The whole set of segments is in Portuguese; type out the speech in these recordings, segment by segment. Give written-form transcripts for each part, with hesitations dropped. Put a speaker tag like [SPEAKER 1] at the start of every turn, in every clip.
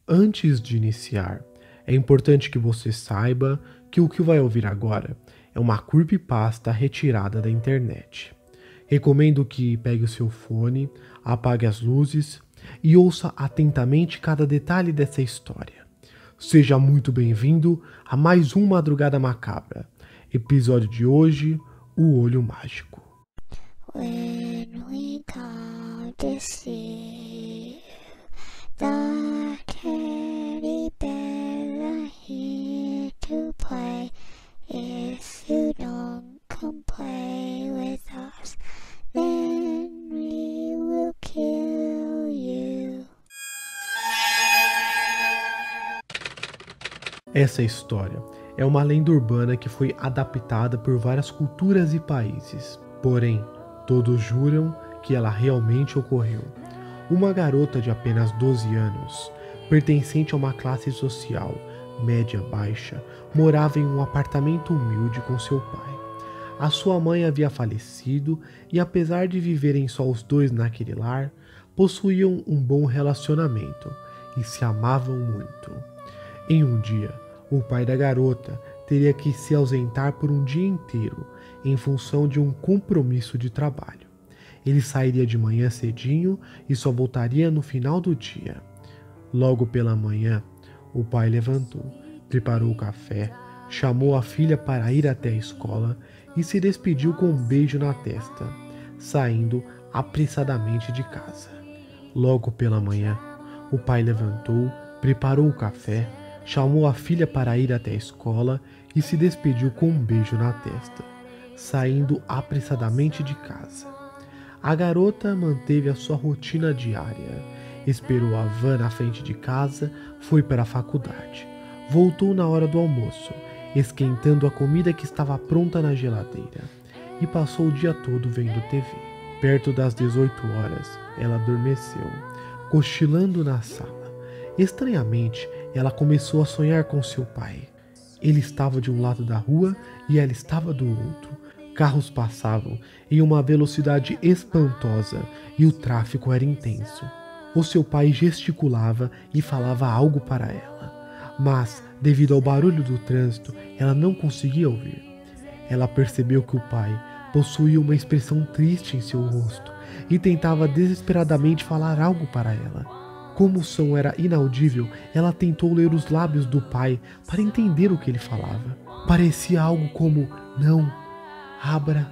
[SPEAKER 1] Antes de iniciar, é importante que você saiba que o que vai ouvir agora é uma creepypasta retirada da internet. Recomendo que pegue o seu fone, apague as luzes e ouça atentamente cada detalhe dessa história. Seja muito bem-vindo a mais um Madrugada Macabra. Episódio de hoje, O Olho Mágico.
[SPEAKER 2] When we come to see the teddy bear are here to play. If you don't come play with us, then we will kill you.
[SPEAKER 1] Essa história é uma lenda urbana que foi adaptada por várias culturas e países. Porém, todos juram que ela realmente ocorreu. Uma garota de apenas 12 anos, pertencente a uma classe social média-baixa, morava em um apartamento humilde com seu pai. A sua mãe havia falecido e, apesar de viverem só os dois naquele lar, possuíam um bom relacionamento e se amavam muito. Em um dia, o pai da garota teria que se ausentar por um dia inteiro em função de um compromisso de trabalho. Ele sairia de manhã cedinho e só voltaria no final do dia. Logo pela manhã, o pai levantou, preparou o café, chamou a filha para ir até a escola e se despediu com um beijo na testa, saindo apressadamente de casa. Logo pela manhã, o pai levantou, preparou o café, chamou a filha para ir até a escola e se despediu com um beijo na testa, saindo apressadamente de casa. A garota manteve a sua rotina diária, esperou a van na frente de casa, foi para a faculdade. Voltou na hora do almoço, esquentando a comida que estava pronta na geladeira, e passou o dia todo vendo TV. Perto das 18 horas, ela adormeceu, cochilando na sala. Estranhamente, ela começou a sonhar com seu pai. Ele estava de um lado da rua e ela estava do outro. Carros passavam em uma velocidade espantosa e o tráfego era intenso. O seu pai gesticulava e falava algo para ela, mas, devido ao barulho do trânsito, ela não conseguia ouvir. Ela percebeu que o pai possuía uma expressão triste em seu rosto e tentava desesperadamente falar algo para ela. Como o som era inaudível, ela tentou ler os lábios do pai para entender o que ele falava. Parecia algo como: "Não, abra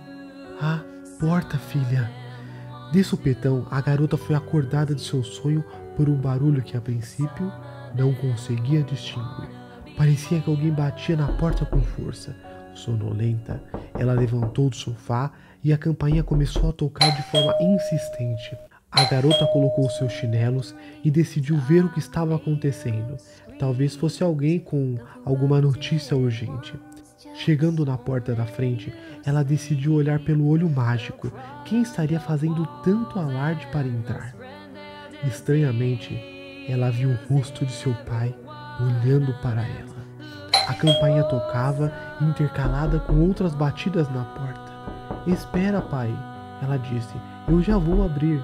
[SPEAKER 1] a porta, filha." De supetão, a garota foi acordada de seu sonho por um barulho que, a princípio, não conseguia distinguir. Parecia que alguém batia na porta com força. Sonolenta, ela levantou do sofá e a campainha começou a tocar de forma insistente. A garota colocou seus chinelos e decidiu ver o que estava acontecendo. Talvez fosse alguém com alguma notícia urgente. Chegando na porta da frente, ela decidiu olhar pelo olho mágico. Quem estaria fazendo tanto alarde para entrar? Estranhamente, ela viu o rosto de seu pai olhando para ela. A campainha tocava, intercalada com outras batidas na porta. "Espera, pai," ela disse, "eu já vou abrir."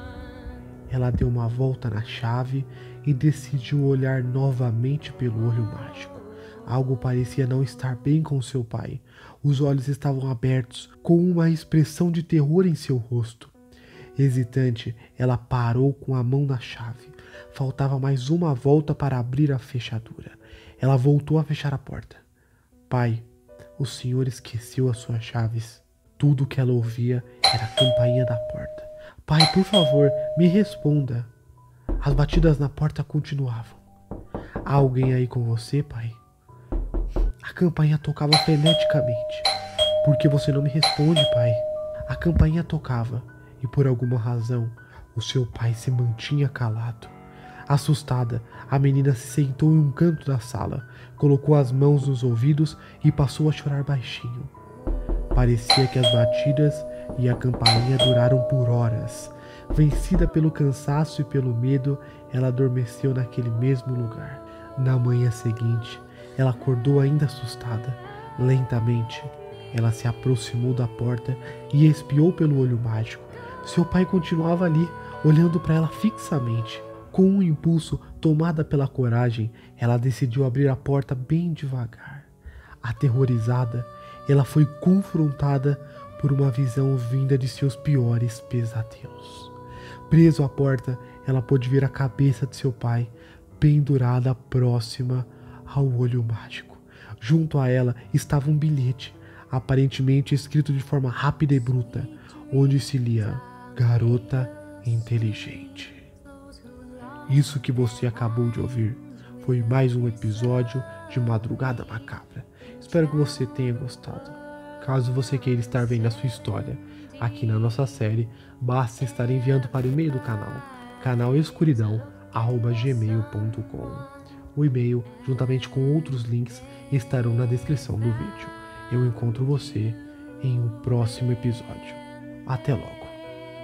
[SPEAKER 1] Ela deu uma volta na chave e decidiu olhar novamente pelo olho mágico. Algo parecia não estar bem com seu pai. Os olhos estavam abertos, com uma expressão de terror em seu rosto. Hesitante, ela parou com a mão na chave. Faltava mais uma volta para abrir a fechadura. Ela voltou a fechar a porta. "Pai, o senhor esqueceu as suas chaves." Tudo que ela ouvia era a campainha da porta. "Pai, por favor, me responda." As batidas na porta continuavam. "Há alguém aí com você, pai?" A campainha tocava freneticamente. "Por que você não me responde, pai?" A campainha tocava e, por alguma razão, o seu pai se mantinha calado. Assustada, a menina se sentou em um canto da sala, colocou as mãos nos ouvidos e passou a chorar baixinho. Parecia que as batidas e a campainha duraram por horas. Vencida pelo cansaço e pelo medo, ela adormeceu naquele mesmo lugar. Na manhã seguinte, ela acordou ainda assustada. Lentamente, ela se aproximou da porta e espiou pelo olho mágico. Seu pai continuava ali, olhando para ela fixamente. Com um impulso, tomada pela coragem, ela decidiu abrir a porta bem devagar. Aterrorizada, ela foi confrontada por uma visão vinda de seus piores pesadelos. Preso à porta, ela pôde ver a cabeça de seu pai pendurada próxima ao olho mágico. Junto a ela estava um bilhete, aparentemente escrito de forma rápida e bruta, onde se lia: garota inteligente. Isso que você acabou de ouvir foi mais um episódio de Madrugada Macabra. Espero que você tenha gostado. Caso você queira estar vendo a sua história aqui na nossa série, basta estar enviando para o e-mail do canal escuridão@gmail.com. O e-mail, juntamente com outros links, estarão na descrição do vídeo. Eu encontro você em um próximo episódio. Até logo.